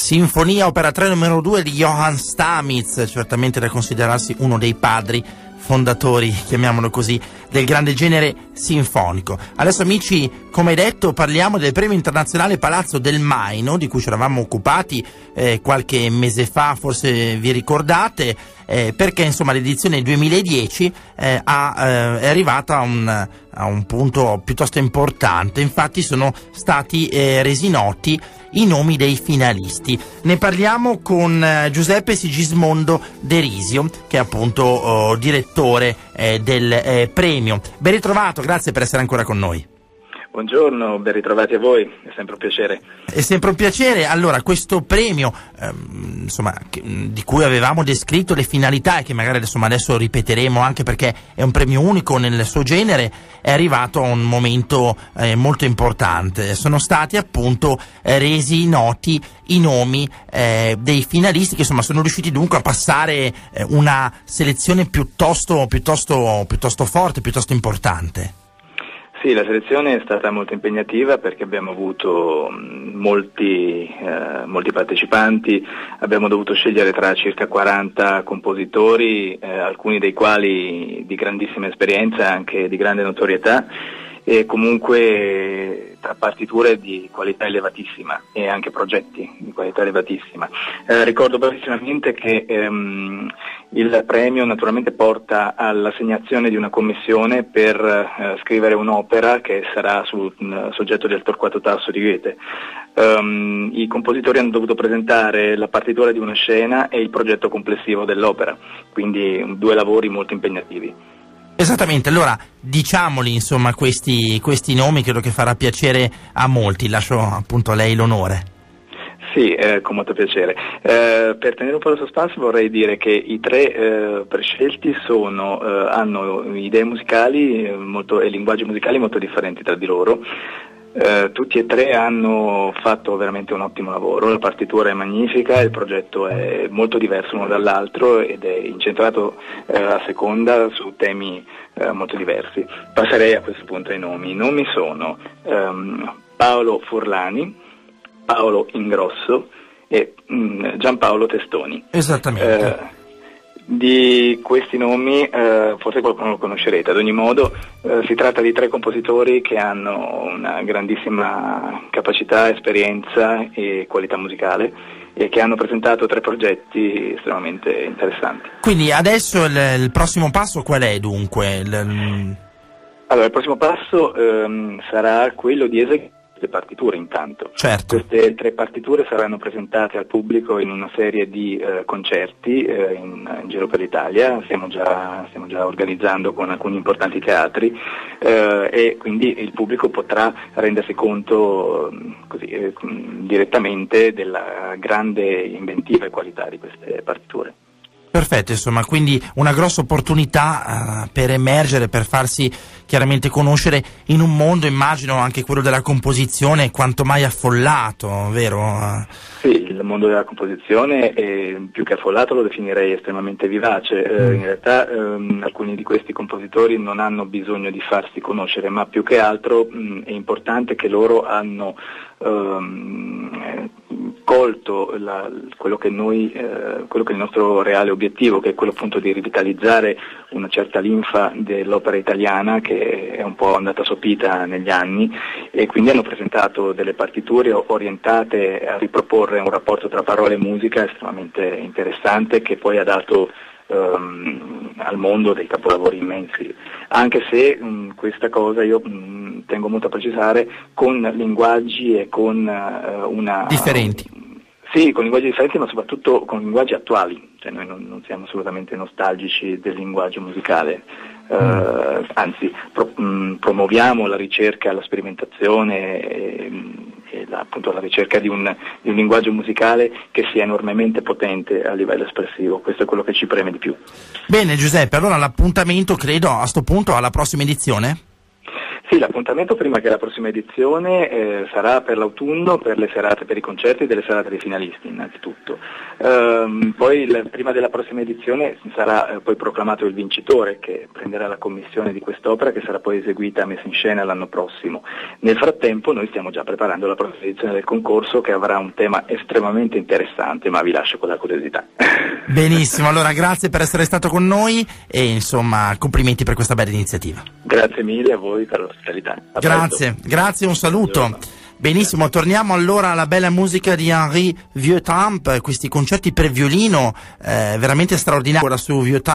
Sinfonia opera 3 numero 2 di Johann Stamitz, certamente da considerarsi uno dei padri fondatori, chiamiamolo così, del grande genere sinfonico. Adesso, amici, come detto, parliamo del premio internazionale Palazzo del Maino, di cui ci eravamo occupati qualche mese fa, forse vi ricordate, perché insomma l'edizione 2010 è arrivata a un punto piuttosto importante. Infatti sono stati resi noti i nomi dei finalisti. Ne parliamo con Giuseppe Sigismondo Derisio, che è appunto direttore del premio. Ben ritrovato, grazie per essere ancora con noi. Buongiorno, ben ritrovati a voi, è sempre un piacere. È sempre un piacere. Allora, questo premio, di cui avevamo descritto le finalità e che magari adesso ripeteremo anche perché è un premio unico nel suo genere, è arrivato a un momento molto importante. Sono stati appunto resi noti i nomi dei finalisti che sono riusciti dunque a passare una selezione piuttosto forte, piuttosto importante. Sì, la selezione è stata molto impegnativa perché abbiamo avuto molti partecipanti, abbiamo dovuto scegliere tra circa 40 compositori, alcuni dei quali di grandissima esperienza, anche di grande notorietà, e comunque tra partiture di qualità elevatissima e anche progetti di qualità elevatissima. Ricordo brevissimamente che il premio naturalmente porta all'assegnazione di una commissione per scrivere un'opera che sarà sul soggetto del Torquato Tasso di Goethe. I compositori hanno dovuto presentare la partitura di una scena e il progetto complessivo dell'opera, quindi 2 lavori molto impegnativi. Esattamente, allora diciamoli insomma questi nomi, credo che farà piacere a molti, lascio appunto a lei l'onore. Sì, con molto piacere. Per tenere un po' il suspense vorrei dire che i 3 prescelti hanno idee musicali e linguaggi musicali molto differenti tra di loro. Tutti e 3 hanno fatto veramente un ottimo lavoro, la partitura è magnifica, il progetto è molto diverso uno dall'altro ed è incentrato a seconda su temi molto diversi. Passerei a questo punto ai nomi. I nomi sono Paolo Furlani, Paolo Ingrosso e Giampaolo Testoni. Esattamente. Di questi nomi forse qualcuno lo conoscerete. Ad ogni modo si tratta di 3 compositori che hanno una grandissima capacità, esperienza e qualità musicale e che hanno presentato 3 progetti estremamente interessanti. Quindi adesso il prossimo passo qual è dunque? Allora, il prossimo passo sarà quello di eseguire le partiture intanto. Certo. Queste 3 partiture saranno presentate al pubblico in una serie di concerti in giro per l'Italia, stiamo già organizzando con alcuni importanti teatri e quindi il pubblico potrà rendersi conto direttamente della grande inventiva e qualità di queste partiture. Perfetto, insomma, quindi una grossa opportunità per emergere, per farsi chiaramente conoscere in un mondo, immagino anche quello della composizione, quanto mai affollato, vero? Sì, il mondo della composizione è più che affollato, lo definirei estremamente vivace. In realtà alcuni di questi compositori non hanno bisogno di farsi conoscere, ma più che altro è importante che loro hanno colto quello che è il nostro reale obiettivo, che è quello appunto di rivitalizzare una certa linfa dell'opera italiana che è un po' andata sopita negli anni, e quindi hanno presentato delle partiture orientate a riproporre un rapporto tra parola e musica estremamente interessante, che poi ha dato al mondo dei capolavori immensi, anche se questa cosa io tengo molto a precisare, con linguaggi e con differenti. Sì, con linguaggi differenti, ma soprattutto con linguaggi attuali, cioè noi non siamo assolutamente nostalgici del linguaggio musicale, anzi promuoviamo la ricerca, la sperimentazione e appunto la ricerca di un linguaggio musicale che sia enormemente potente a livello espressivo. Questo è quello che ci preme di più. Bene Giuseppe, allora l'appuntamento credo a sto punto alla prossima edizione? Sì, l'appuntamento prima che la prossima edizione sarà per l'autunno, per le serate, per i concerti delle serate dei finalisti innanzitutto. Poi prima della prossima edizione sarà poi proclamato il vincitore, che prenderà la commissione di quest'opera, che sarà poi eseguita e messa in scena l'anno prossimo. Nel frattempo noi stiamo già preparando la prossima edizione del concorso, che avrà un tema estremamente interessante, ma vi lascio con la curiosità. Benissimo, allora grazie per essere stato con noi e insomma complimenti per questa bella iniziativa. Grazie mille a voi per l'ospitalità. Grazie, un saluto. Benissimo, torniamo allora alla bella musica di Henri Vieux-Trump, questi concerti per violino veramente straordinari. Ora su Vieux-Trump